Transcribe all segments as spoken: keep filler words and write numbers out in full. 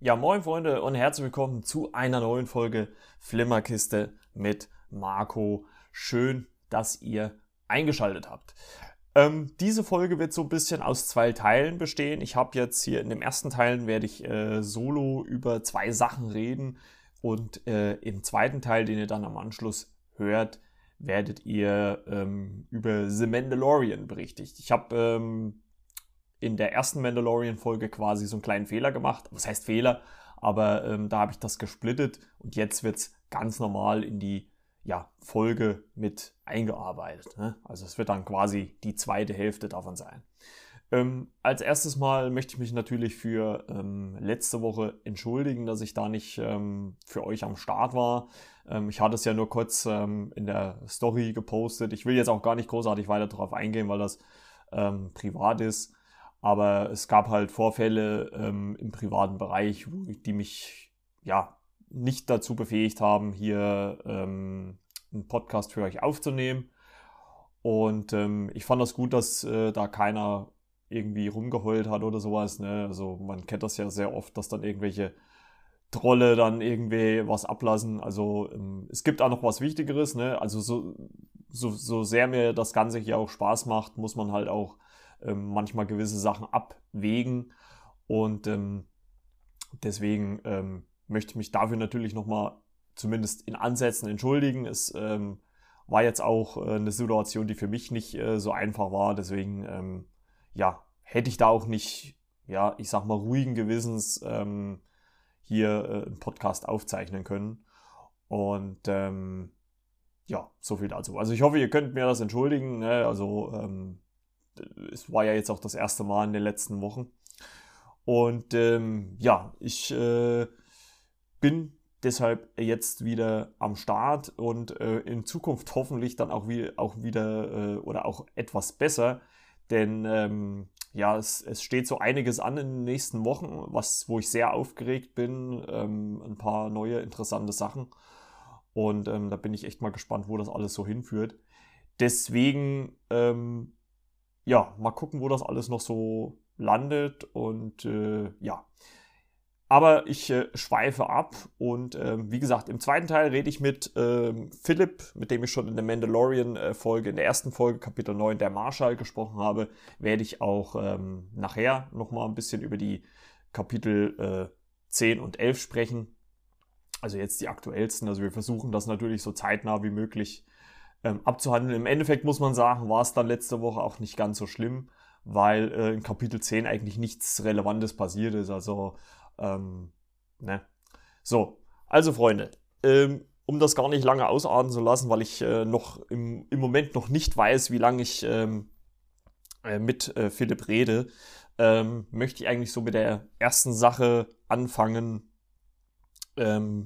Ja, moin Freunde und herzlich willkommen zu einer neuen Folge Flimmerkiste mit Marco. Schön, dass ihr eingeschaltet habt. Ähm, diese Folge wird so ein bisschen aus zwei Teilen bestehen. Ich habe jetzt hier in dem ersten Teil werde ich äh, solo über zwei Sachen reden und äh, im zweiten Teil, den ihr dann am Anschluss hört, werdet ihr ähm, über The Mandalorian berichtigt. Ich habe ähm, in der ersten Mandalorian-Folge quasi so einen kleinen Fehler gemacht. Was heißt Fehler? Aber ähm, da habe ich das gesplittet und jetzt wird es ganz normal in die ja, Folge mit eingearbeitet. Ne? Also es wird dann quasi die zweite Hälfte davon sein. Ähm, als erstes Mal möchte ich mich natürlich für ähm, letzte Woche entschuldigen, dass ich da nicht ähm, für euch am Start war. Ähm, ich hatte es ja nur kurz ähm, in der Story gepostet. Ich will jetzt auch gar nicht großartig weiter darauf eingehen, weil das ähm, privat ist. Aber es gab halt Vorfälle ähm, im privaten Bereich, wo, die mich ja nicht dazu befähigt haben, hier ähm, einen Podcast für euch aufzunehmen. Und ähm, ich fand das gut, dass äh, da keiner irgendwie rumgeheult hat oder sowas. Ne? Also man kennt das ja sehr oft, dass dann irgendwelche Trolle dann irgendwie was ablassen. Also ähm, es gibt auch noch was Wichtigeres. Ne? Also so, so, so sehr mir das Ganze hier auch Spaß macht, muss man halt auch ähm, manchmal gewisse Sachen abwägen. Und ähm, deswegen ähm, möchte ich mich dafür natürlich nochmal zumindest in Ansätzen entschuldigen. Es ähm, war jetzt auch äh, eine Situation, die für mich nicht äh, so einfach war. Deswegen ähm, ja, hätte ich da auch nicht, ja, ich sag mal, ruhigen Gewissens ähm, hier äh, einen Podcast aufzeichnen können. Und ähm, ja, so viel dazu. Also ich hoffe, ihr könnt mir das entschuldigen. Ne? Also ähm, es war ja jetzt auch das erste Mal in den letzten Wochen. Und ähm, ja, ich äh, bin deshalb jetzt wieder am Start und äh, in Zukunft hoffentlich dann auch, wie, auch wieder äh, oder auch etwas besser. Denn ähm, ja, es, es steht so einiges an in den nächsten Wochen, was, wo ich sehr aufgeregt bin. Ähm, ein paar neue interessante Sachen. Und ähm, da bin ich echt mal gespannt, wo das alles so hinführt. Deswegen, ähm, ja, mal gucken, wo das alles noch so landet. Und äh, ja. Aber ich äh, schweife ab und ähm, wie gesagt, im zweiten Teil rede ich mit ähm, Philipp, mit dem ich schon in der Mandalorian-Folge, in der ersten Folge, Kapitel neun, der Marschall, gesprochen habe, werde ich auch ähm, nachher nochmal ein bisschen über die Kapitel äh, zehn und elf sprechen. Also jetzt die aktuellsten. Also wir versuchen das natürlich so zeitnah wie möglich ähm, abzuhandeln. Im Endeffekt muss man sagen, war es dann letzte Woche auch nicht ganz so schlimm, weil äh, in Kapitel zehn eigentlich nichts Relevantes passiert ist. Also Ähm, ne? So, also Freunde, ähm, um das gar nicht lange ausarten zu lassen, weil ich äh, noch im, im Moment noch nicht weiß, wie lange ich ähm, äh, mit äh, Philipp rede, ähm, möchte ich eigentlich so mit der ersten Sache anfangen, ähm,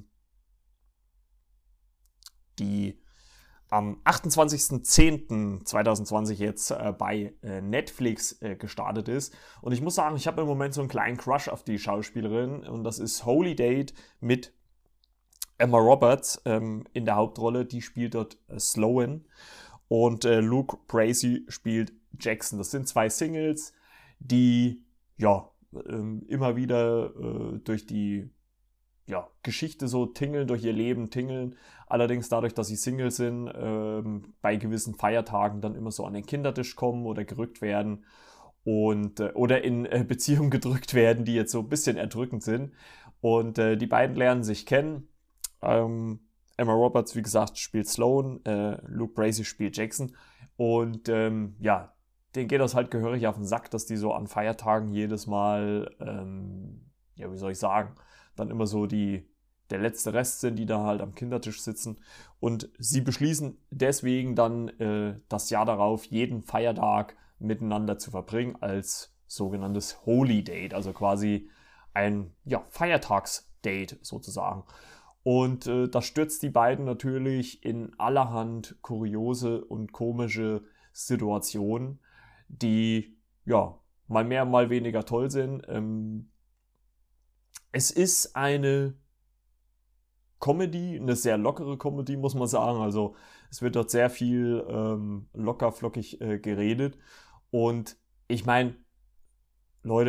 die am achtundzwanzigsten zehnten zweitausendzwanzig jetzt äh, bei äh, Netflix äh, gestartet ist. Und ich muss sagen, ich habe im Moment so einen kleinen Crush auf die Schauspielerin und das ist Holy Date mit Emma Roberts ähm, in der Hauptrolle. Die spielt dort äh, Sloan und äh, Luke Bracey spielt Jackson. Das sind zwei Singles, die ja ähm, immer wieder äh, durch die ja, Geschichte so tingeln, durch ihr Leben tingeln. Allerdings dadurch, dass sie Single sind, ähm, bei gewissen Feiertagen dann immer so an den Kindertisch kommen oder gerückt werden und äh, oder in äh, Beziehungen gedrückt werden, die jetzt so ein bisschen erdrückend sind. Und äh, die beiden lernen sich kennen. Ähm, Emma Roberts, wie gesagt, spielt Sloan, äh, Luke Bracey spielt Jackson. Und ähm, ja, denen geht das halt gehörig auf den Sack, dass die so an Feiertagen jedes Mal, ähm, ja, wie soll ich sagen, dann immer so die, der letzte Rest sind, die da halt am Kindertisch sitzen. Und sie beschließen deswegen dann äh, das Jahr darauf, jeden Feiertag miteinander zu verbringen als sogenanntes Holy Date, also quasi ein ja, Feiertagsdate sozusagen. Und äh, das stürzt die beiden natürlich in allerhand kuriose und komische Situationen, die ja mal mehr, mal weniger toll sind. Ähm, Es ist eine Comedy, eine sehr lockere Comedy, muss man sagen. Also es wird dort sehr viel ähm, locker flockig äh, geredet. Und ich meine, Leute,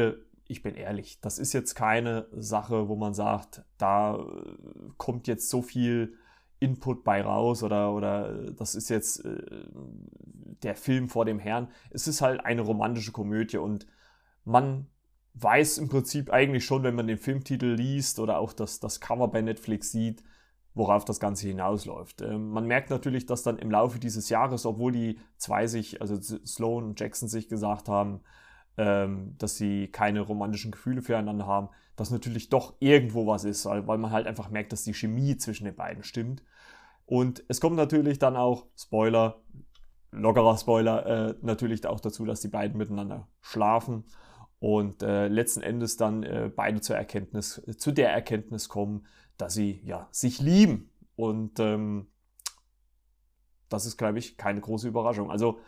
ich bin ehrlich, das ist jetzt keine Sache, wo man sagt, da kommt jetzt so viel Input bei raus oder, oder das ist jetzt äh, der Film vor dem Herrn. Es ist halt eine romantische Komödie und man weiß im Prinzip eigentlich schon, wenn man den Filmtitel liest oder auch das, das Cover bei Netflix sieht, worauf das Ganze hinausläuft. Ähm, man merkt natürlich, dass dann im Laufe dieses Jahres, obwohl die zwei sich, also Sloan und Jackson sich gesagt haben, ähm, dass sie keine romantischen Gefühle füreinander haben, dass natürlich doch irgendwo was ist, weil man halt einfach merkt, dass die Chemie zwischen den beiden stimmt. Und es kommt natürlich dann auch, Spoiler, lockerer Spoiler, äh, natürlich auch dazu, dass die beiden miteinander schlafen und äh, letzten Endes dann äh, beide zur Erkenntnis, äh, zu der Erkenntnis kommen, dass sie ja sich lieben. Und ähm, das ist, glaube ich, keine große Überraschung. Also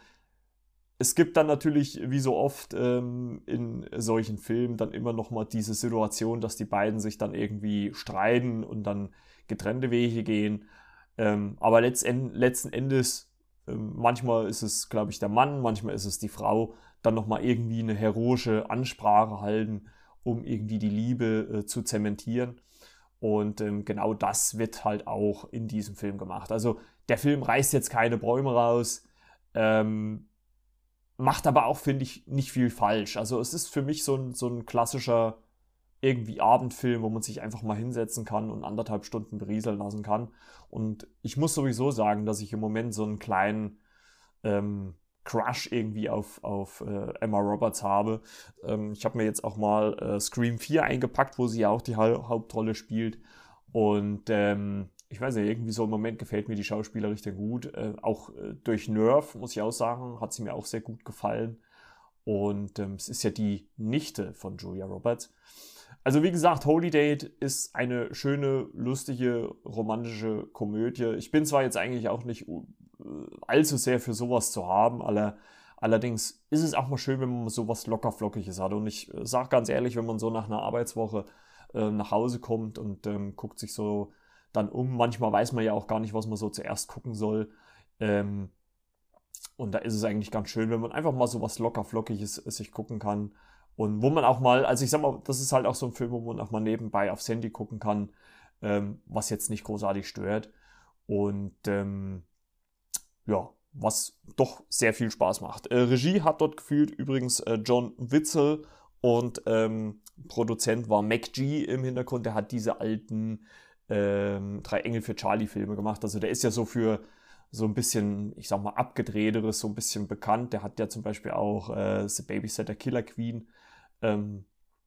es gibt dann natürlich, wie so oft ähm, in solchen Filmen, dann immer noch mal diese Situation, dass die beiden sich dann irgendwie streiten und dann getrennte Wege gehen. Ähm, aber letzten, letzten Endes, ähm, manchmal ist es, glaube ich, der Mann, manchmal ist es die Frau, dann nochmal irgendwie eine heroische Ansprache halten, um irgendwie die Liebe äh, zu zementieren. Und ähm, genau das wird halt auch in diesem Film gemacht. Also der Film reißt jetzt keine Bäume raus, ähm, macht aber auch, finde ich, nicht viel falsch. Also es ist für mich so ein, so ein klassischer irgendwie Abendfilm, wo man sich einfach mal hinsetzen kann und anderthalb Stunden berieseln lassen kann. Und ich muss sowieso sagen, dass ich im Moment so einen kleinen ähm, Crush irgendwie auf, auf äh, Emma Roberts habe. Ähm, ich habe mir jetzt auch mal äh, Scream vier eingepackt, wo sie ja auch die ha- Hauptrolle spielt. Und ähm, ich weiß nicht, irgendwie so im Moment gefällt mir die Schauspielerin richtig gut. Äh, auch äh, durch Nerve, muss ich auch sagen, hat sie mir auch sehr gut gefallen. Und ähm, es ist ja die Nichte von Julia Roberts. Also wie gesagt, Holy Date ist eine schöne, lustige, romantische Komödie. Ich bin zwar jetzt eigentlich auch nicht äh, allzu sehr für sowas zu haben, aller, allerdings ist es auch mal schön, wenn man sowas lockerflockiges hat. Und ich äh, sage ganz ehrlich, wenn man so nach einer Arbeitswoche äh, nach Hause kommt und ähm, guckt sich so dann um, manchmal weiß man ja auch gar nicht, was man so zuerst gucken soll. Ähm, und da ist es eigentlich ganz schön, wenn man einfach mal sowas lockerflockiges sich gucken kann. Und wo man auch mal, also ich sag mal, das ist halt auch so ein Film, wo man auch mal nebenbei aufs Handy gucken kann, ähm, was jetzt nicht großartig stört. Und ähm, ja, was doch sehr viel Spaß macht. Äh, Regie hat dort geführt übrigens äh, John Witzel und ähm, Produzent war Mac G im Hintergrund. Der hat diese alten ähm, Drei Engel für Charlie Filme gemacht. Also der ist ja so für so ein bisschen, ich sag mal, abgedrehteres, so ein bisschen bekannt. Der hat ja zum Beispiel auch äh, The Babysitter Killer Queen ähm,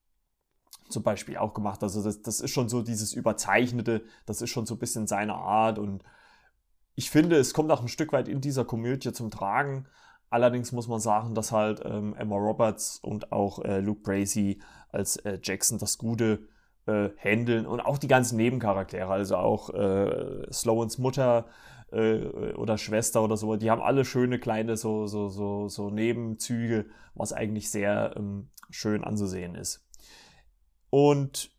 zum Beispiel auch gemacht. Also das, das ist schon so dieses Überzeichnete, das ist schon so ein bisschen seine Art und ich finde, es kommt auch ein Stück weit in dieser Komödie zum Tragen. Allerdings muss man sagen, dass halt ähm, Emma Roberts und auch äh, Luke Bracey als äh, Jackson das Gute äh, handeln und auch die ganzen Nebencharaktere, also auch äh, Slowans Mutter äh, oder Schwester oder so, die haben alle schöne kleine so, so, so, so Nebenzüge, was eigentlich sehr ähm, schön anzusehen ist. Und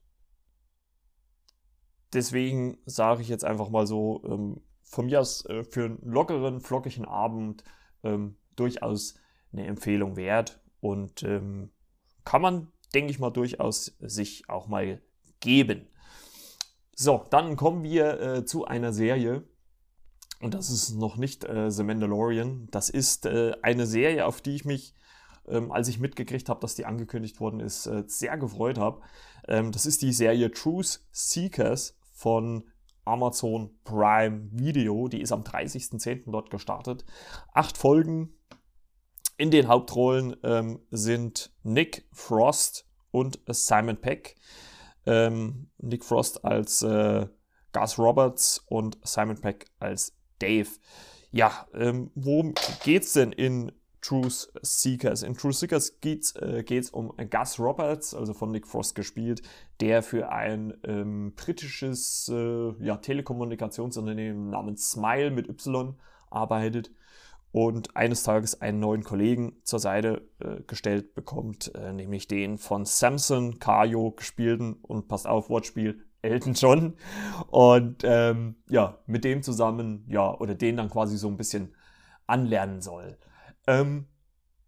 deswegen sage ich jetzt einfach mal so, ähm, von mir aus äh, für einen lockeren, flockigen Abend ähm, durchaus eine Empfehlung wert und ähm, kann man, denke ich mal, durchaus sich auch mal geben. So, dann kommen wir äh, zu einer Serie und das ist noch nicht äh, The Mandalorian. Das ist äh, eine Serie, auf die ich mich, ähm, als ich mitgekriegt habe, dass die angekündigt worden ist, äh, sehr gefreut habe. Ähm, das ist die Serie Truth Seekers von Amazon Prime Video. Die ist am dreißigsten zehnten dort gestartet. Acht Folgen. In den Hauptrollen ähm, sind Nick Frost und Simon Pegg. Ähm, Nick Frost als äh, Gus Roberts und Simon Pegg als Dave. Ja, ähm, worum geht's denn in Truth Seekers? In Truth Seekers geht's äh, geht's um Gus Roberts, also von Nick Frost gespielt, der für ein ähm, britisches äh, ja, Telekommunikationsunternehmen namens Smile mit Y arbeitet und eines Tages einen neuen Kollegen zur Seite äh, gestellt bekommt, äh, nämlich den von Samson Kayo gespielten und passt auf, Wortspiel, Elton John. Und ähm, ja, mit dem zusammen, ja, oder den dann quasi so ein bisschen anlernen soll. Ähm,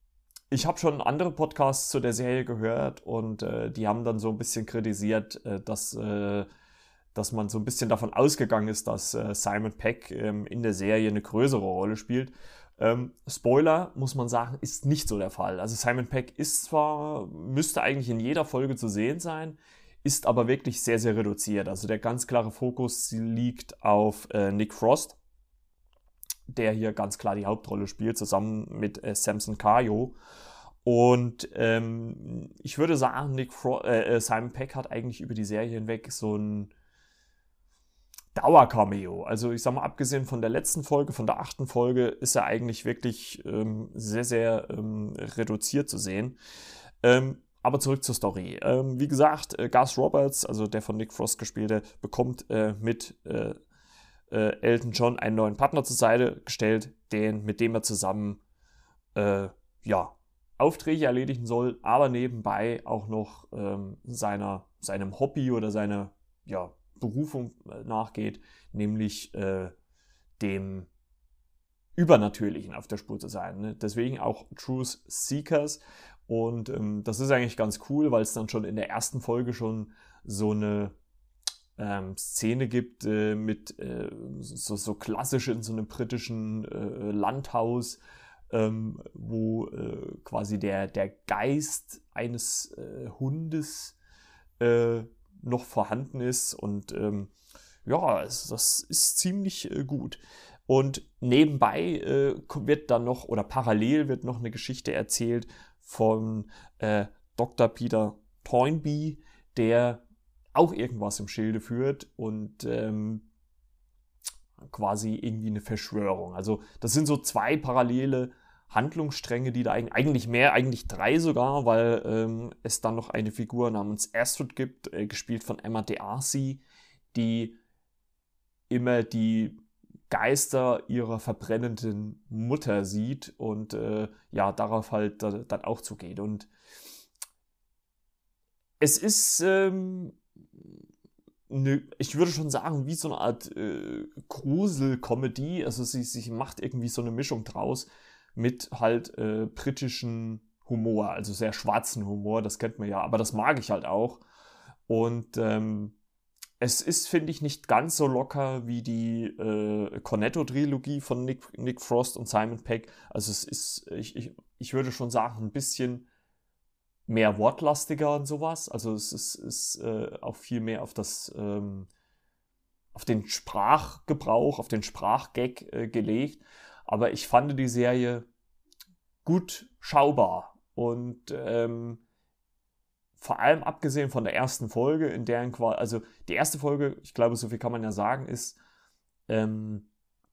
ich habe schon andere Podcasts zu der Serie gehört und äh, die haben dann so ein bisschen kritisiert, äh, dass, äh, dass man so ein bisschen davon ausgegangen ist, dass äh, Simon Pegg ähm, in der Serie eine größere Rolle spielt. Ähm, Spoiler, muss man sagen, ist nicht so der Fall. Also Simon Pegg ist zwar, müsste eigentlich in jeder Folge zu sehen sein, ist aber wirklich sehr, sehr reduziert. Also der ganz klare Fokus liegt auf äh, Nick Frost, der hier ganz klar die Hauptrolle spielt, zusammen mit äh, Samson Kayo. Und ähm, ich würde sagen, Nick Fro- äh, Simon Pegg hat eigentlich über die Serie hinweg so ein Dauercameo. Also ich sag mal, abgesehen von der letzten Folge, von der achten Folge, ist er eigentlich wirklich ähm, sehr, sehr ähm, reduziert zu sehen. Ähm, aber zurück zur Story. Ähm, wie gesagt, äh, Gus Roberts, also der von Nick Frost gespielte, bekommt äh, mit äh, äh, Elton John einen neuen Partner zur Seite gestellt, den, mit dem er zusammen äh, ja, Aufträge erledigen soll, aber nebenbei auch noch ähm, seiner, seinem Hobby oder seiner ja, Berufung nachgeht, nämlich äh, dem Übernatürlichen auf der Spur zu sein. Ne? Deswegen auch Truth Seekers. Und ähm, das ist eigentlich ganz cool, weil es dann schon in der ersten Folge schon so eine ähm, Szene gibt äh, mit äh, so, so klassisch in so einem britischen äh, Landhaus, ähm, wo äh, quasi der, der Geist eines äh, Hundes äh, noch vorhanden ist und ähm, ja, es, das ist ziemlich äh, gut. Und nebenbei äh, wird dann noch, oder parallel wird noch eine Geschichte erzählt von äh, Doktor Peter Toynbee, der auch irgendwas im Schilde führt und ähm, quasi irgendwie eine Verschwörung. Also das sind so zwei parallele Handlungsstränge, die da eigentlich mehr, eigentlich drei sogar, weil ähm, es dann noch eine Figur namens Astrid gibt, äh, gespielt von Emma D'Arcy, die immer die Geister ihrer verbrennenden Mutter sieht und äh, ja, darauf halt da, dann auch zugeht. Und es ist, ähm, ne, ich würde schon sagen, wie so eine Art äh, Grusel-Comedy. Also sie, sie macht irgendwie so eine Mischung draus mit halt äh, britischen Humor, also sehr schwarzen Humor, das kennt man ja, aber das mag ich halt auch. Und ähm, es ist, finde ich, nicht ganz so locker wie die äh, Cornetto-Trilogie von Nick, Nick Frost und Simon Pegg. Also es ist, ich, ich, ich würde schon sagen, ein bisschen mehr wortlastiger und sowas. Also es ist, ist äh, auch viel mehr auf das ähm, auf den Sprachgebrauch, auf den Sprachgag äh, gelegt. Aber ich fand die Serie gut schaubar und ähm, vor allem abgesehen von der ersten Folge, in der quasi, also die erste Folge, ich glaube, so viel kann man ja sagen, ist, ähm,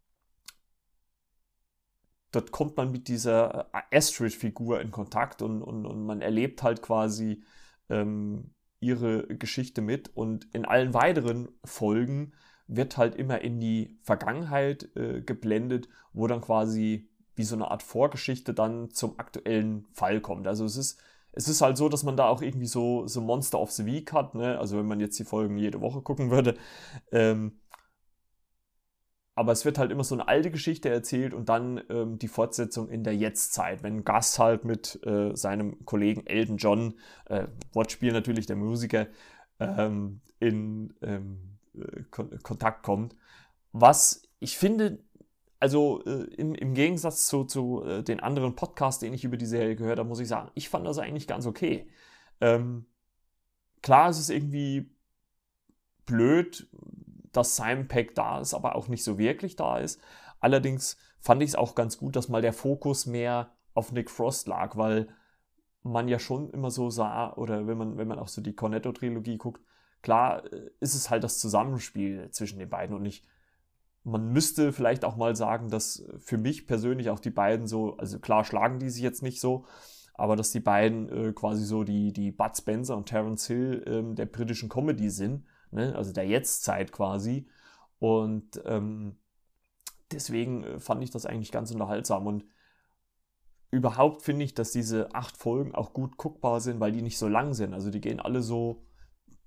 dort kommt man mit dieser Astrid-Figur in Kontakt und, und, und man erlebt halt quasi ähm, ihre Geschichte mit und in allen weiteren Folgen wird halt immer in die Vergangenheit äh, geblendet, wo dann quasi wie so eine Art Vorgeschichte dann zum aktuellen Fall kommt. Also es ist, es ist halt so, dass man da auch irgendwie so, so Monster of the Week hat, ne? Also wenn man jetzt die Folgen jede Woche gucken würde. Ähm, aber es wird halt immer so eine alte Geschichte erzählt und dann ähm, die Fortsetzung in der Jetztzeit, wenn Gus halt mit äh, seinem Kollegen Elton John, äh, Wortspiel natürlich der Musiker, ähm, in ähm, äh, Kon- Kontakt kommt. Was ich finde, also äh, im, im Gegensatz zu, zu äh, den anderen Podcasts, den ich über die Serie gehört habe, muss ich sagen, ich fand das eigentlich ganz okay. Ähm, klar, es ist irgendwie blöd, dass Simon Pegg da ist, aber auch nicht so wirklich da ist. Allerdings fand ich es auch ganz gut, dass mal der Fokus mehr auf Nick Frost lag, weil man ja schon immer so sah, oder wenn man, wenn man auch so die Cornetto-Trilogie guckt, klar äh, ist es halt das Zusammenspiel zwischen den beiden und nicht. Man müsste vielleicht auch mal sagen, dass für mich persönlich auch die beiden so, also klar schlagen die sich jetzt nicht so, aber dass die beiden äh, quasi so die, die Bud Spencer und Terence Hill ähm, der britischen Comedy sind, ne? Also der Jetztzeit quasi. Und ähm, deswegen äh, fand ich das eigentlich ganz unterhaltsam. Und überhaupt finde ich, dass diese acht Folgen auch gut guckbar sind, weil die nicht so lang sind. Also die gehen alle so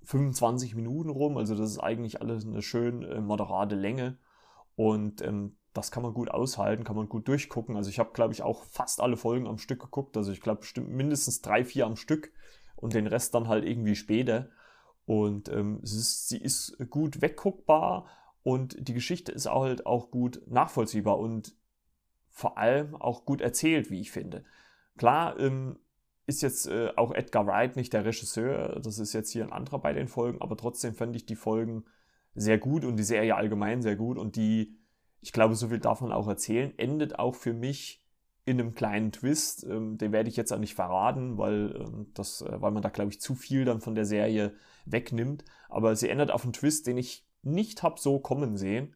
fünfundzwanzig Minuten rum. Also das ist eigentlich alles eine schön äh, moderate Länge. Und ähm, das kann man gut aushalten, kann man gut durchgucken. Also ich habe, glaube ich, auch fast alle Folgen am Stück geguckt. Also ich glaube bestimmt mindestens drei, vier am Stück und den Rest dann halt irgendwie später. Und ähm, es ist, sie ist gut wegguckbar und die Geschichte ist halt auch gut nachvollziehbar und vor allem auch gut erzählt, wie ich finde. Klar ähm, ist jetzt äh, auch Edgar Wright nicht der Regisseur, das ist jetzt hier ein anderer bei den Folgen, aber trotzdem fand ich die Folgen sehr gut und die Serie allgemein sehr gut und die, ich glaube, so viel darf man auch erzählen, endet auch für mich in einem kleinen Twist. Ähm, den werde ich jetzt auch nicht verraten, weil, ähm, das, äh, weil man da, glaube ich, zu viel dann von der Serie wegnimmt. Aber sie endet auf einen Twist, den ich nicht habe so kommen sehen.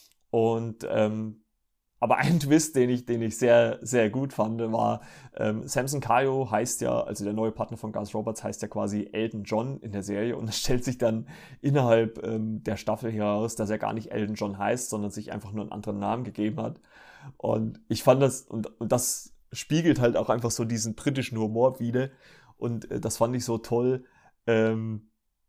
Und ähm, aber ein Twist, den ich, den ich sehr, sehr gut fand, war, ähm, Samson Kayo heißt ja, also der neue Partner von Gus Roberts heißt ja quasi Elton John in der Serie und es stellt sich dann innerhalb ähm, der Staffel heraus, dass er gar nicht Elton John heißt, sondern sich einfach nur einen anderen Namen gegeben hat. Und ich fand das, und, und das spiegelt halt auch einfach so diesen britischen Humor wider und äh, das fand ich so toll, ähm,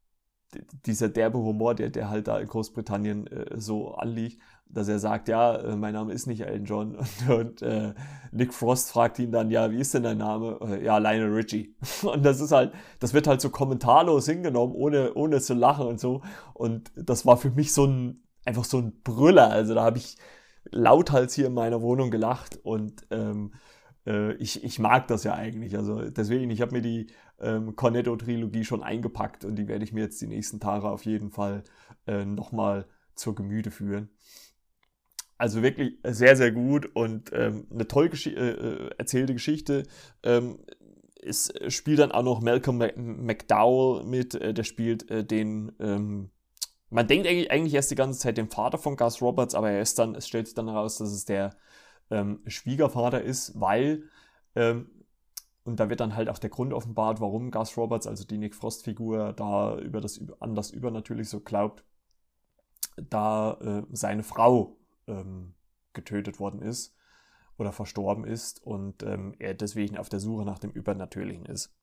dieser derbe Humor, der, der halt da in Großbritannien äh, so anliegt, dass er sagt, ja, äh, mein Name ist nicht Elton John und, und äh, Nick Frost fragt ihn dann, ja, wie ist denn dein Name? Äh, ja, Lionel Richie. Und das ist halt, das wird halt so kommentarlos hingenommen, ohne, ohne zu lachen und so. Und das war für mich so ein, einfach so ein Brüller. Also da habe ich lauthals hier in meiner Wohnung gelacht und ähm, äh, ich, ich mag das ja eigentlich. Also deswegen, ich habe mir die ähm, Cornetto-Trilogie schon eingepackt und die werde ich mir jetzt die nächsten Tage auf jeden Fall äh, nochmal zur Gemüte führen. Also wirklich sehr, sehr gut und ähm, eine toll gesch- äh, erzählte Geschichte. Ähm, es spielt dann auch noch Malcolm McDowell mit, äh, der spielt äh, den, ähm, man denkt eigentlich, eigentlich erst die ganze Zeit den Vater von Gus Roberts, aber er ist dann, es stellt sich dann heraus, dass es der ähm, Schwiegervater ist, weil, ähm, und da wird dann halt auch der Grund offenbart, warum Gus Roberts, also die Nick Frost-Figur, da über das, an das Übernatürlich so glaubt, da äh, seine Frau ähm, getötet worden ist oder verstorben ist und ähm, er deswegen auf der Suche nach dem Übernatürlichen ist.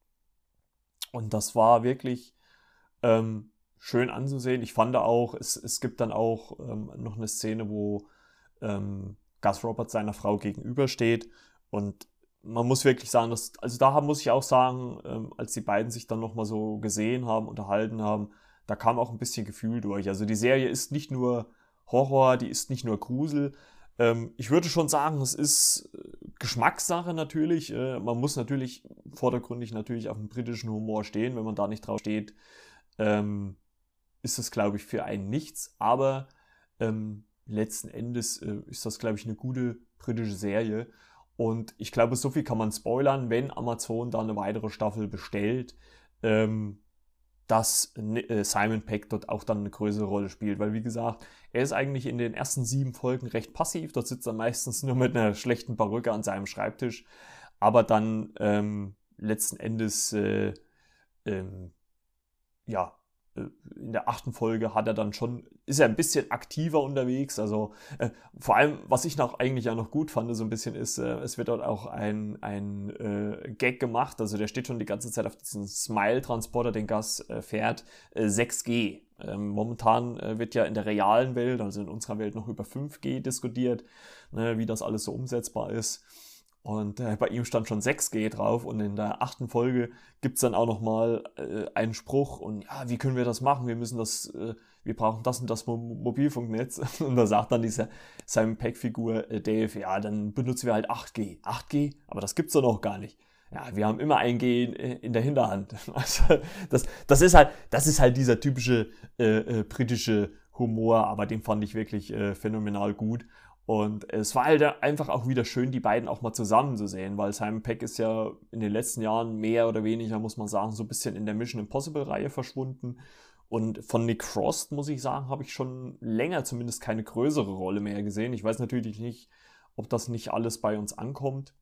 Und das war wirklich ähm, schön anzusehen. Ich fand auch, es, es gibt dann auch ähm, noch eine Szene, wo ähm, Gus Roberts seiner Frau gegenübersteht und man muss wirklich sagen, dass, also da muss ich auch sagen, ähm, als die beiden sich dann nochmal so gesehen haben, unterhalten haben, da kam auch ein bisschen Gefühl durch. Also die Serie ist nicht nur Horror, die ist nicht nur Grusel. Ähm, ich würde schon sagen, es ist Geschmackssache natürlich. Äh, man muss natürlich vordergründig natürlich auf den britischen Humor stehen. Wenn man da nicht drauf steht, ähm, ist das, glaube ich, für einen nichts. Aber ähm, letzten Endes äh, ist das, glaube ich, eine gute britische Serie. Und ich glaube, so viel kann man spoilern, wenn Amazon da eine weitere Staffel bestellt, ähm, dass äh, Simon Pegg dort auch dann eine größere Rolle spielt. Weil, wie gesagt, er ist eigentlich in den ersten sieben Folgen recht passiv. Dort sitzt er meistens nur mit einer schlechten Perücke an seinem Schreibtisch. Aber dann ähm, letzten Endes, äh, ähm, ja, in der achten Folge hat er dann schon, ist er ein bisschen aktiver unterwegs, also äh, vor allem, was ich noch eigentlich ja noch gut fand, so ein bisschen ist, äh, es wird dort auch ein, ein äh, Gag gemacht, also der steht schon die ganze Zeit auf diesem Smile-Transporter, den Gus äh, fährt, äh, sechs G. Ähm, momentan äh, wird ja in der realen Welt, also in unserer Welt noch über fünf G diskutiert, ne, wie das alles so umsetzbar ist. Und äh, bei ihm stand schon sechs G drauf und in der achten Folge gibt es dann auch nochmal äh, einen Spruch und ja, wie können wir das machen? Wir müssen das, äh, wir brauchen das und das Mo- Mobilfunknetz. Und da sagt dann diese Simon Pegg-Figur äh, Dave, ja, dann benutzen wir halt acht G. acht G? Aber das gibt's doch noch gar nicht. Ja, wir haben immer ein G in, in der Hinterhand. Also, das, das ist halt, das ist halt dieser typische äh, äh, britische Humor, aber den fand ich wirklich äh, phänomenal gut. Und es war halt einfach auch wieder schön, die beiden auch mal zusammen zu sehen, weil Simon Pegg ist ja in den letzten Jahren mehr oder weniger, muss man sagen, so ein bisschen in der Mission Impossible-Reihe verschwunden. Und von Nick Frost, muss ich sagen, habe ich schon länger zumindest keine größere Rolle mehr gesehen. Ich weiß natürlich nicht, ob das nicht alles bei uns ankommt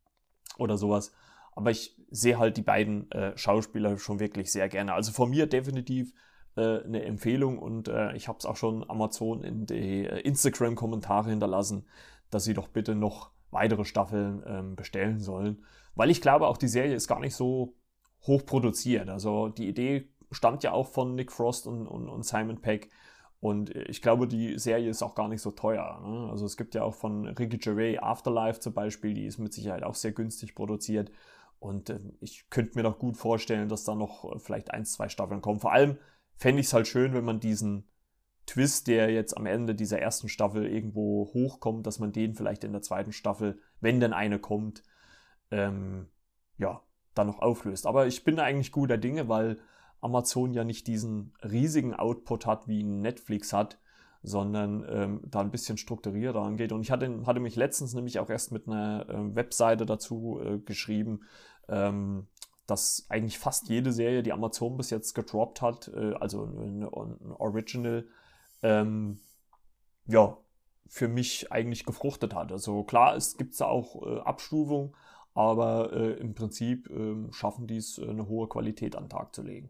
oder sowas. Aber ich sehe halt die beiden äh, Schauspieler schon wirklich sehr gerne. Also von mir definitiv eine Empfehlung und äh, ich habe es auch schon Amazon in die äh, Instagram-Kommentare hinterlassen, dass sie doch bitte noch weitere Staffeln ähm, bestellen sollen, weil ich glaube, auch die Serie ist gar nicht so hoch produziert. Also die Idee stammt ja auch von Nick Frost und, und, und Simon Pegg Und ich glaube, die Serie ist auch gar nicht so teuer. Ne? Also es gibt ja auch von Ricky Gervais Afterlife zum Beispiel, die ist mit Sicherheit auch sehr günstig produziert. Und äh, ich könnte mir doch gut vorstellen, dass da noch äh, vielleicht ein, zwei Staffeln kommen. Vor allem fände ich es halt schön, wenn man diesen Twist, der jetzt am Ende dieser ersten Staffel irgendwo hochkommt, dass man den vielleicht in der zweiten Staffel, wenn denn eine kommt, ähm, ja, dann noch auflöst. Aber ich bin eigentlich guter Dinge, weil Amazon ja nicht diesen riesigen Output hat, wie Netflix hat, sondern ähm, da ein bisschen strukturierter angeht. Und ich hatte, hatte mich letztens nämlich auch erst mit einer äh, Webseite dazu äh, geschrieben, ähm, dass eigentlich fast jede Serie, die Amazon bis jetzt gedroppt hat, äh, also ein, ein Original, ähm, ja, für mich eigentlich gefruchtet hat. Also klar, es gibt da auch äh, Abstufungen, aber äh, im Prinzip äh, schaffen die es, äh, eine hohe Qualität an den Tag zu legen.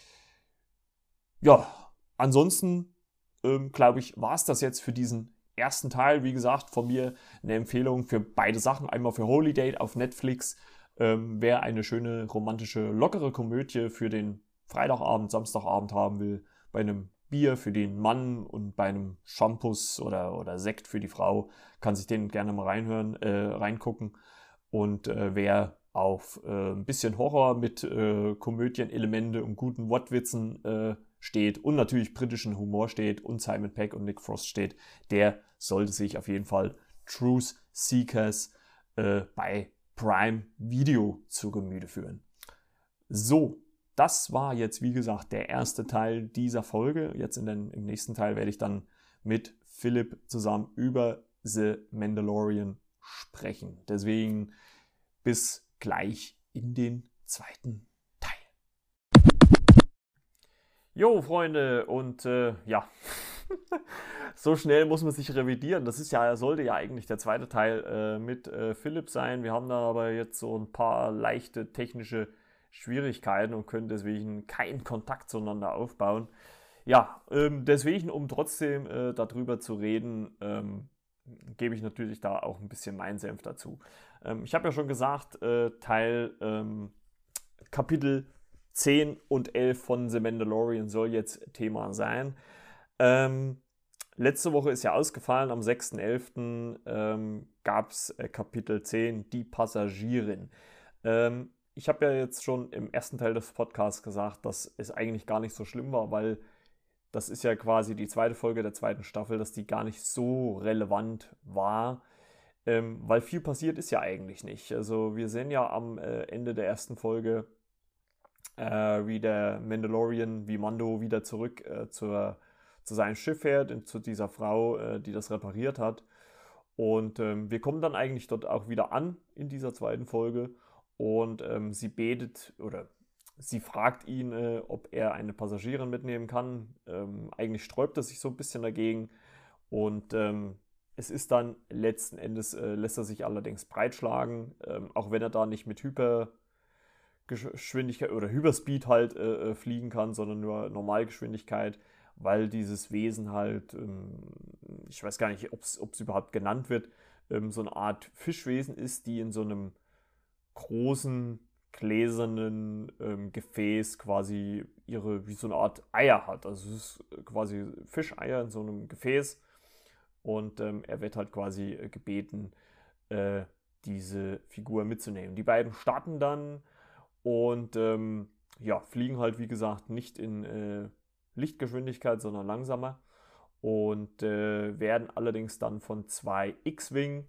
Ja, ansonsten ähm, glaube ich, war es das jetzt für diesen ersten Teil. Wie gesagt, von mir eine Empfehlung für beide Sachen. Einmal für Holiday auf Netflix. Ähm, wer eine schöne, romantische, lockere Komödie für den Freitagabend, Samstagabend haben will, bei einem Bier für den Mann und bei einem Shampoos oder, oder Sekt für die Frau, kann sich den gerne mal reinhören, äh, reingucken. Und äh, wer auf äh, ein bisschen Horror mit äh, Komödienelemente und guten Wortwitzen äh, steht und natürlich britischen Humor steht und Simon Pegg und Nick Frost steht, der sollte sich auf jeden Fall Truth Seekers äh, bei Prime Video zu Gemüte führen. So, das war jetzt wie gesagt der erste Teil dieser Folge. Jetzt in den, im nächsten Teil werde ich dann mit Philipp zusammen über The Mandalorian sprechen. Deswegen bis gleich in den zweiten Teil. Jo, Freunde, und äh, ja, so schnell muss man sich revidieren. Das ist ja, sollte ja eigentlich der zweite Teil äh, mit äh, Philipp sein. Wir haben da aber jetzt so ein paar leichte technische Schwierigkeiten und können deswegen keinen Kontakt zueinander aufbauen. Ja, ähm, deswegen, um trotzdem äh, darüber zu reden, ähm, gebe ich natürlich da auch ein bisschen meinen Senf dazu. Ähm, ich habe ja schon gesagt, äh, Teil ähm, Kapitel zehn und elf von The Mandalorian soll jetzt Thema sein. Ähm, letzte Woche ist ja ausgefallen, am sechsten elften Ähm, gab es äh, Kapitel zehn, die Passagierin. Ähm, ich habe ja jetzt schon im ersten Teil des Podcasts gesagt, dass es eigentlich gar nicht so schlimm war, weil das ist ja quasi die zweite Folge der zweiten Staffel, dass die gar nicht so relevant war, ähm, weil viel passiert ist ja eigentlich nicht. Also wir sehen ja am äh, Ende der ersten Folge, äh, wie der Mandalorian, wie Mando wieder zurück äh, zur, zu seinem Schiff fährt, und zu dieser Frau, äh, die das repariert hat. Und ähm, wir kommen dann eigentlich dort auch wieder an in dieser zweiten Folge, und ähm, sie betet oder sie fragt ihn, äh, ob er eine Passagierin mitnehmen kann. Ähm, eigentlich sträubt er sich so ein bisschen dagegen, und ähm, es ist dann letzten Endes, äh, lässt er sich allerdings breitschlagen, ähm, auch wenn er da nicht mit Hypergeschwindigkeit oder Hyperspeed halt äh, fliegen kann, sondern nur Normalgeschwindigkeit, weil dieses Wesen halt, ähm, ich weiß gar nicht, ob es überhaupt genannt wird, ähm, so eine Art Fischwesen ist, die in so einem großen gläsernen ähm, Gefäß quasi ihre, wie so eine Art Eier hat. Also es ist quasi Fischeier in so einem Gefäß, und ähm, er wird halt quasi äh, gebeten, äh, diese Figur mitzunehmen. Die beiden starten dann und ähm, ja, fliegen halt wie gesagt nicht in äh, Lichtgeschwindigkeit, sondern langsamer, und äh, werden allerdings dann von zwei X-Wing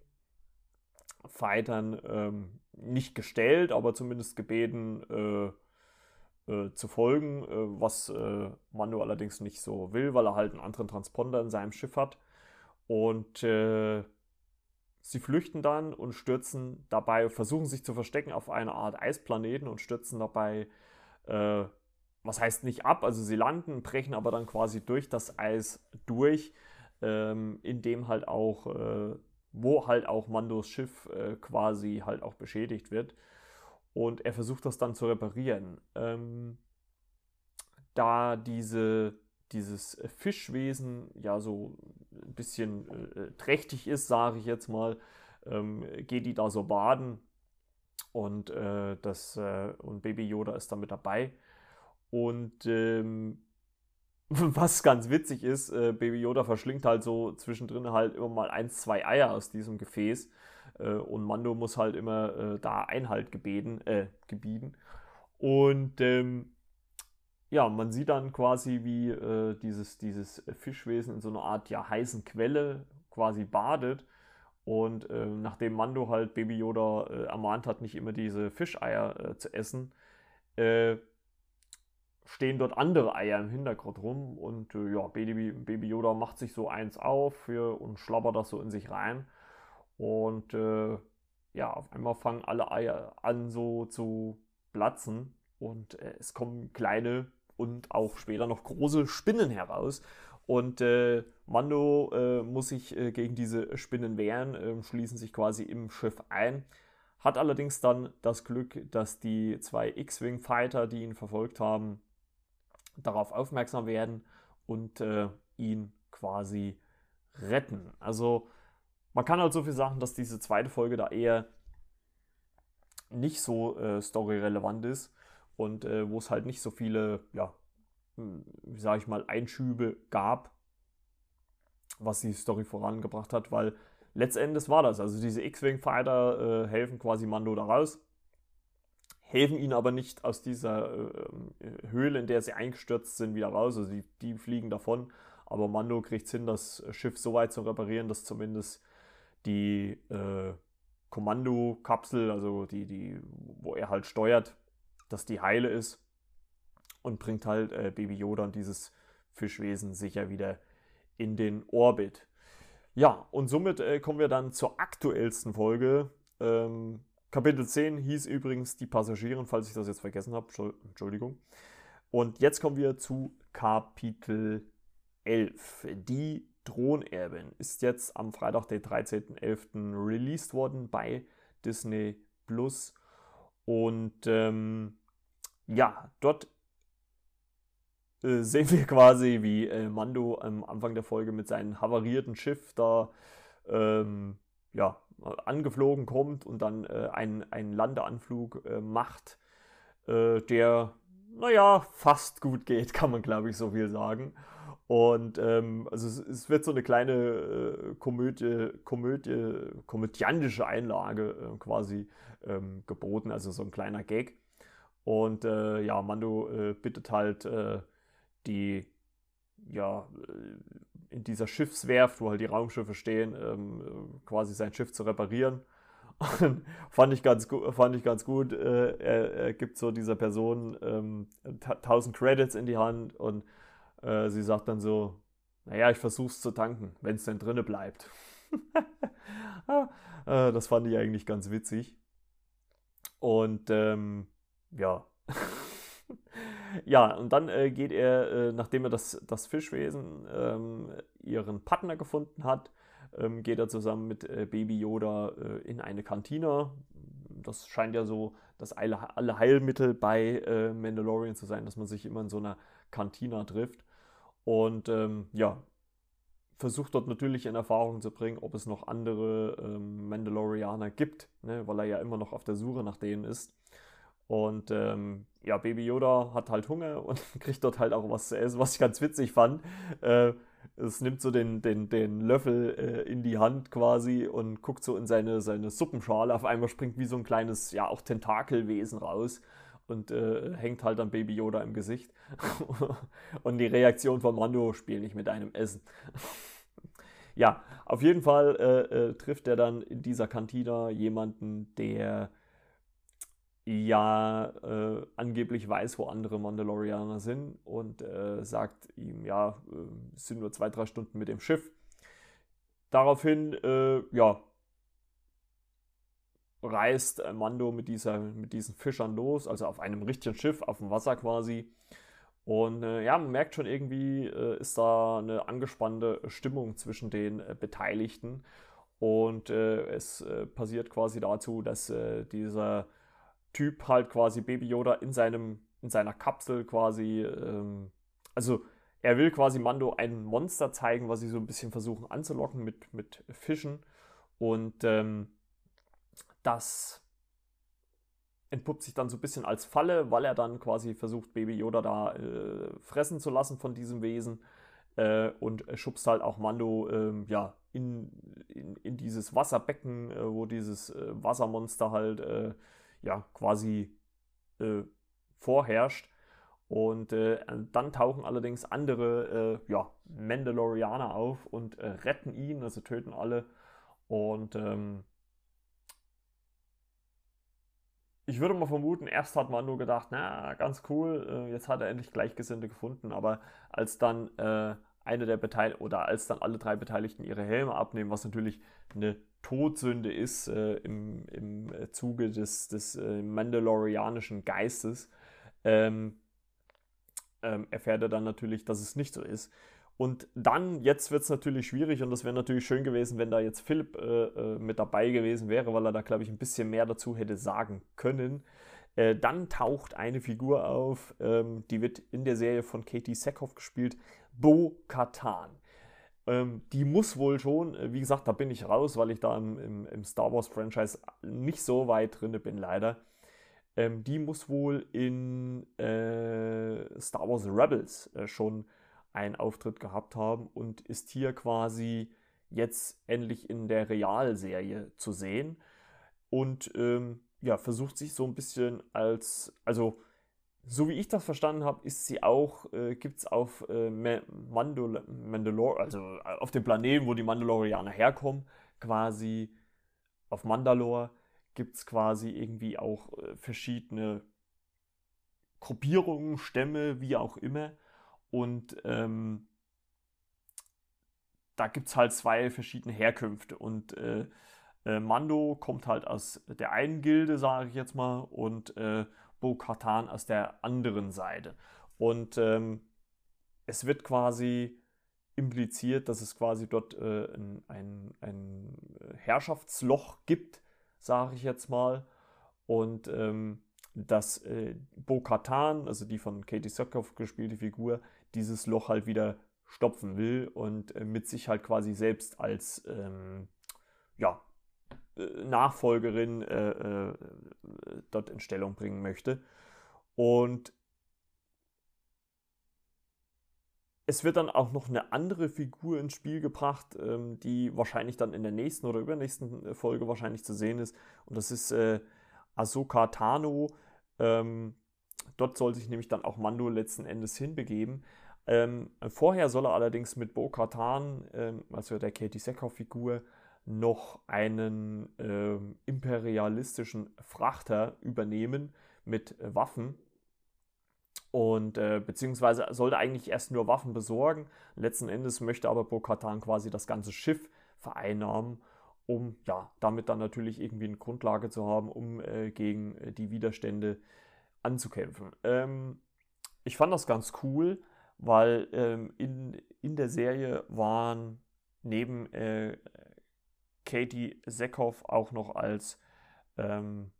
Fightern ähm, nicht gestellt, aber zumindest gebeten äh, äh, zu folgen, äh, was äh, Mando allerdings nicht so will, weil er halt einen anderen Transponder in seinem Schiff hat. Und äh, sie flüchten dann und stürzen dabei, versuchen sich zu verstecken auf einer Art Eisplaneten und stürzen dabei, äh, was heißt nicht ab, also sie landen, brechen aber dann quasi durch das Eis durch, ähm, in dem halt auch, äh, wo halt auch Mandos Schiff äh, quasi halt auch beschädigt wird. Und er versucht das dann zu reparieren. Ähm, da diese, dieses Fischwesen ja so ein bisschen äh, trächtig ist, sage ich jetzt mal, ähm, geht die da so baden, und, äh, das, äh, und Baby Yoda ist da mit dabei. Und ähm, was ganz witzig ist, äh, Baby Yoda verschlingt halt so zwischendrin halt immer mal eins, zwei Eier aus diesem Gefäß. Äh, und Mando muss halt immer äh, da Einhalt gebeten, äh, gebieten. Und ähm, ja, man sieht dann quasi, wie äh, dieses, dieses Fischwesen in so einer Art ja, heißen Quelle quasi badet. Und äh, nachdem Mando halt Baby Yoda äh, ermahnt hat, nicht immer diese Fischeier äh, zu essen, äh, stehen dort andere Eier im Hintergrund rum. Und äh, ja, Baby, Baby Yoda macht sich so eins auf für, und schlabbert das so in sich rein. Und äh, ja, auf einmal fangen alle Eier an so zu platzen. Und äh, es kommen kleine und auch später noch große Spinnen heraus. Und äh, Mando äh, muss sich äh, gegen diese Spinnen wehren, äh, schließen sich quasi im Schiff ein. Hat allerdings dann das Glück, dass die zwei X-Wing-Fighter, die ihn verfolgt haben, darauf aufmerksam werden und äh, ihn quasi retten. Also man kann halt so viel sagen, dass diese zweite Folge da eher nicht so äh, storyrelevant ist und äh, wo es halt nicht so viele, ja, wie sage ich mal, Einschübe gab, was die Story vorangebracht hat, weil letztendlich war das. Also diese X-Wing-Fighter äh, helfen quasi Mando da raus, helfen ihn aber nicht aus dieser äh, Höhle, in der sie eingestürzt sind, wieder raus. Also die, die fliegen davon, aber Mando kriegt es hin, das Schiff so weit zu reparieren, dass zumindest die äh, Kommandokapsel, also die, die, wo er halt steuert, dass die heile ist und bringt halt äh, Baby Yoda und dieses Fischwesen sicher wieder in den Orbit. Ja, und somit äh, kommen wir dann zur aktuellsten Folge. Ähm, Kapitel zehn hieß übrigens Die Passagiere, falls ich das jetzt vergessen habe. Entschuldigung. Und jetzt kommen wir zu Kapitel elf. Die Thronerbin ist jetzt am Freitag, den dreizehnten elften released worden bei Disney Plus. Und ähm, ja, dort äh, sehen wir quasi, wie äh, Mando am Anfang der Folge mit seinem havarierten Schiff da ähm, ja, angeflogen kommt und dann äh, einen, einen Landeanflug äh, macht, äh, der, naja, fast gut geht, kann man glaube ich so viel sagen. Und ähm, also es, es wird so eine kleine äh, Komödie, Komödie, komödiantische Einlage äh, quasi ähm, geboten, also so ein kleiner Gag. Und äh, ja, Mando äh, bittet halt äh, die, ja, in dieser Schiffswerft, wo halt die Raumschiffe stehen, ähm, quasi sein Schiff zu reparieren. Und fand ich ganz, fand ich ganz gut. Äh, er, er gibt so dieser Person ähm, tausend Credits in die Hand und äh, sie sagt dann so, naja, ich versuch's zu tanken, wenn es denn drinne bleibt. äh, das fand ich eigentlich ganz witzig. Und ähm, ja. Ja, und dann äh, geht er, äh, nachdem er das, das Fischwesen ähm, ihren Partner gefunden hat, ähm, geht er zusammen mit äh, Baby Yoda äh, in eine Kantine. Das scheint ja so das alle, alle Heilmittel bei äh, Mandalorian zu sein, dass man sich immer in so einer Kantine trifft. Und ähm, ja, versucht dort natürlich in Erfahrung zu bringen, ob es noch andere ähm, Mandalorianer gibt, ne, weil er ja immer noch auf der Suche nach denen ist. Und ähm, ja, Baby Yoda hat halt Hunger und kriegt dort halt auch was zu essen, was ich ganz witzig fand. Äh, es nimmt so den, den, den Löffel äh, in die Hand quasi und guckt so in seine, seine Suppenschale. Auf einmal springt wie so ein kleines, ja, auch Tentakelwesen raus und äh, hängt halt an Baby Yoda im Gesicht. Und die Reaktion von Mando: Spiel nicht mit einem Essen. Ja, auf jeden Fall äh, äh, trifft er dann in dieser Kantine jemanden, der ja äh, angeblich weiß, wo andere Mandalorianer sind und äh, sagt ihm, ja, äh, es sind nur zwei, drei Stunden mit dem Schiff. Daraufhin, äh, ja, reist Mando mit, dieser, mit diesen Fischern los, also auf einem richtigen Schiff, auf dem Wasser quasi. Und äh, ja, man merkt schon irgendwie, äh, ist da eine angespannte Stimmung zwischen den äh, Beteiligten. Und äh, es äh, passiert quasi dazu, dass äh, dieser Typ halt quasi Baby Yoda in, seinem, in seiner Kapsel quasi, ähm, also er will quasi Mando ein Monster zeigen, was sie so ein bisschen versuchen anzulocken mit, mit Fischen. Und ähm, das entpuppt sich dann so ein bisschen als Falle, weil er dann quasi versucht, Baby Yoda da äh, fressen zu lassen von diesem Wesen äh, und schubst halt auch Mando äh, ja, in, in, in dieses Wasserbecken, äh, wo dieses äh, Wassermonster halt äh, ja, quasi äh, vorherrscht. Und äh, dann tauchen allerdings andere äh, ja, Mandalorianer auf und äh, retten ihn, also töten alle. Und ähm, ich würde mal vermuten, erst hat man nur gedacht, na, ganz cool, äh, jetzt hat er endlich Gleichgesinnte gefunden. Aber als dann äh, eine der Beteiligten oder als dann alle drei Beteiligten ihre Helme abnehmen, was natürlich eine Todsünde ist äh, im, im Zuge des, des äh, mandalorianischen Geistes, ähm, ähm, erfährt er dann natürlich, dass es nicht so ist. Und dann, jetzt wird es natürlich schwierig und das wäre natürlich schön gewesen, wenn da jetzt Philipp äh, äh, mit dabei gewesen wäre, weil er da, glaube ich, ein bisschen mehr dazu hätte sagen können. Äh, dann taucht eine Figur auf, ähm, die wird in der Serie von Katie Sackhoff gespielt, Bo-Katan. Ähm, die muss wohl schon, äh, wie gesagt, da bin ich raus, weil ich da im, im, im Star Wars-Franchise nicht so weit drin bin, leider. Ähm, die muss wohl in äh, Star Wars Rebels äh, schon einen Auftritt gehabt haben und ist hier quasi jetzt endlich in der Realserie zu sehen und ähm, ja, versucht sich so ein bisschen als, also so wie ich das verstanden habe, ist sie auch, äh, gibt es auf äh, Mandal Mandalore, also äh, auf dem Planeten, wo die Mandalorianer herkommen, quasi auf Mandalore, gibt es quasi irgendwie auch äh, verschiedene Gruppierungen, Stämme, wie auch immer. Und ähm, da gibt es halt zwei verschiedene Herkünfte. Und äh, äh, Mando kommt halt aus der einen Gilde, sage ich jetzt mal, und äh, Bo-Katan aus der anderen Seite. Und ähm, es wird quasi impliziert, dass es quasi dort äh, ein, ein, ein Herrschaftsloch gibt, sage ich jetzt mal. Und ähm, dass äh, Bo-Katan, also die von Katie Sackhoff gespielte Figur, dieses Loch halt wieder stopfen will und äh, mit sich halt quasi selbst als ähm, ja, äh, Nachfolgerin äh, äh, dort in Stellung bringen möchte. Und es wird dann auch noch eine andere Figur ins Spiel gebracht, ähm, die wahrscheinlich dann in der nächsten oder übernächsten Folge wahrscheinlich zu sehen ist. Und das ist äh, Ahsoka Tano. Ähm, dort soll sich nämlich dann auch Mando letzten Endes hinbegeben. Ähm, vorher soll er allerdings mit Bo-Katan, ähm, also der Katie Sackhoff-Figur, noch einen ähm, imperialistischen Frachter übernehmen mit äh, Waffen. Und äh, beziehungsweise sollte eigentlich erst nur Waffen besorgen. Letzten Endes möchte aber Bo-Katan quasi das ganze Schiff vereinnahmen, um ja damit dann natürlich irgendwie eine Grundlage zu haben, um äh, gegen äh, die Widerstände anzukämpfen. Ähm, ich fand das ganz cool, weil ähm, in, in der Serie waren neben äh, Katie Sackhoff auch noch als ähm,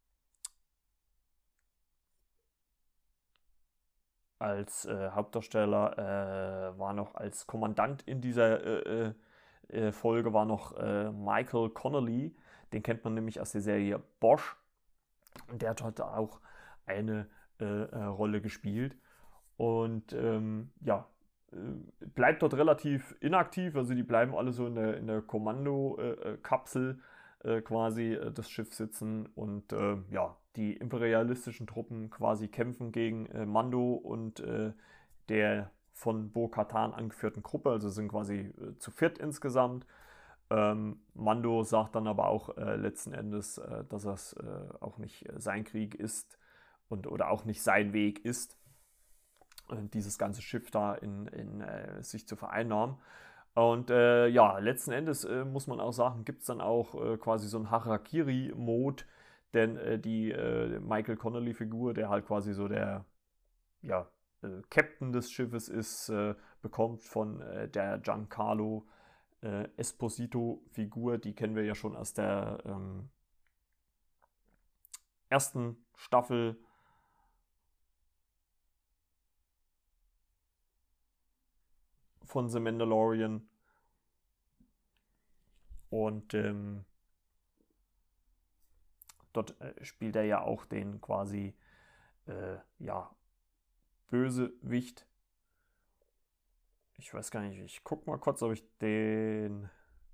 als äh, Hauptdarsteller äh, war noch als Kommandant in dieser äh, äh, Folge war noch äh, Michael Connolly. Den kennt man nämlich aus der Serie Bosch. Und der hat heute auch eine äh, äh, Rolle gespielt. Und ähm, ja, äh, bleibt dort relativ inaktiv. Also die bleiben alle so in der, in der Kommando-Kapsel äh, äh, quasi äh, des Schiffs sitzen. Und äh, ja, die imperialistischen Truppen quasi kämpfen gegen äh, Mando und äh, der von Bo-Katan angeführten Gruppe. Also sind quasi äh, zu viert insgesamt. Ähm, Mando sagt dann aber auch äh, letzten Endes, äh, dass das äh, auch nicht äh, sein Krieg ist und oder auch nicht sein Weg ist, äh, dieses ganze Schiff da in, in äh, sich zu vereinnahmen. Und äh, ja, letzten Endes äh, muss man auch sagen, gibt es dann auch äh, quasi so einen Harakiri-Mode, denn äh, die äh, Michael Connolly-Figur, der halt quasi so der ja, äh, Captain des Schiffes ist, äh, bekommt von äh, der Giancarlo äh, Esposito-Figur, die kennen wir ja schon aus der ähm, ersten Staffel von The Mandalorian. Und ähm, dort äh, spielt er ja auch den quasi, äh, ja, Bösewicht. Ich weiß gar nicht, ich guck mal kurz, ob ich den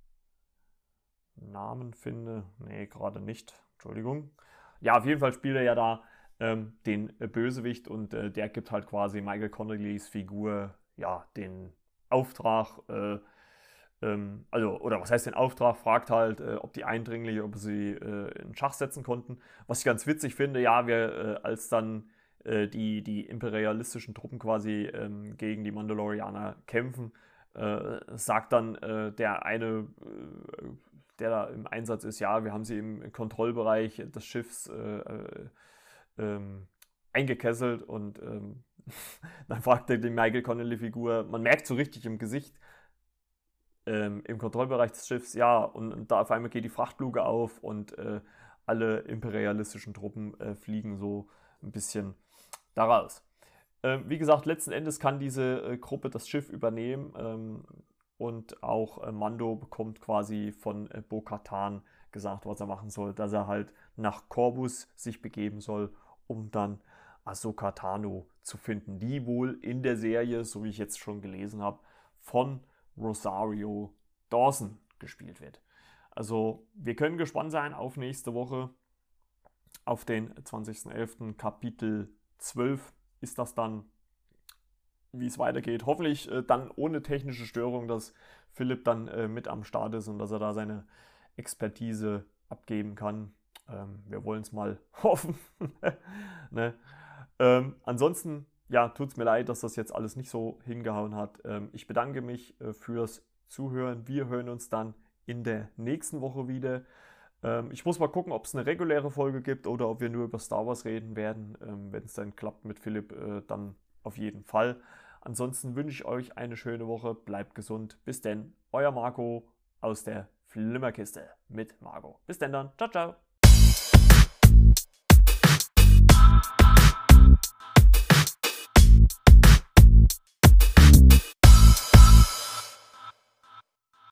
Namen finde. Nee, gerade nicht. Entschuldigung. Ja, auf jeden Fall spielt er ja da ähm, den äh, Bösewicht und äh, der gibt halt quasi Michael Connollys Figur, ja, den Auftrag, äh, ähm, also, oder was heißt den Auftrag, fragt halt, äh, ob die Eindringlinge, ob sie äh, in Schach setzen konnten. Was ich ganz witzig finde, ja, wir, äh, als dann äh, die, die imperialistischen Truppen quasi ähm, gegen die Mandalorianer kämpfen, äh, sagt dann äh, der eine, äh, der da im Einsatz ist, ja, wir haben sie im Kontrollbereich des Schiffs äh, äh, ähm, eingekesselt und ähm, dann fragt er die Michael Connelly-Figur, man merkt so richtig im Gesicht, ähm, im Kontrollbereich des Schiffs, ja, und, und da auf einmal geht die Frachtluke auf und äh, alle imperialistischen Truppen äh, fliegen so ein bisschen da raus. Ähm, wie gesagt, letzten Endes kann diese äh, Gruppe das Schiff übernehmen ähm, und auch äh, Mando bekommt quasi von äh, Bo-Katan gesagt, was er machen soll, dass er halt nach Corvus sich begeben soll, um dann Ahsoka Tano zu finden, die wohl in der Serie, so wie ich jetzt schon gelesen habe, von Rosario Dawson gespielt wird. Also wir können gespannt sein auf nächste Woche, auf den zwanzigsten elften Kapitel zwölf ist das dann, wie es weitergeht. Hoffentlich äh, dann ohne technische Störung, dass Philipp dann äh, mit am Start ist und dass er da seine Expertise abgeben kann. Ähm, wir wollen es mal hoffen. ne? ähm, ansonsten, ja, tut es mir leid, dass das jetzt alles nicht so hingehauen hat. Ähm, ich bedanke mich äh, fürs Zuhören. Wir hören uns dann in der nächsten Woche wieder. Ähm, ich muss mal gucken, ob es eine reguläre Folge gibt oder ob wir nur über Star Wars reden werden. Ähm, wenn es dann klappt mit Philipp, äh, dann auf jeden Fall. Ansonsten wünsche ich euch eine schöne Woche. Bleibt gesund. Bis denn. Euer Marco aus der Flimmerkiste mit Marco. Bis denn dann. Ciao, ciao.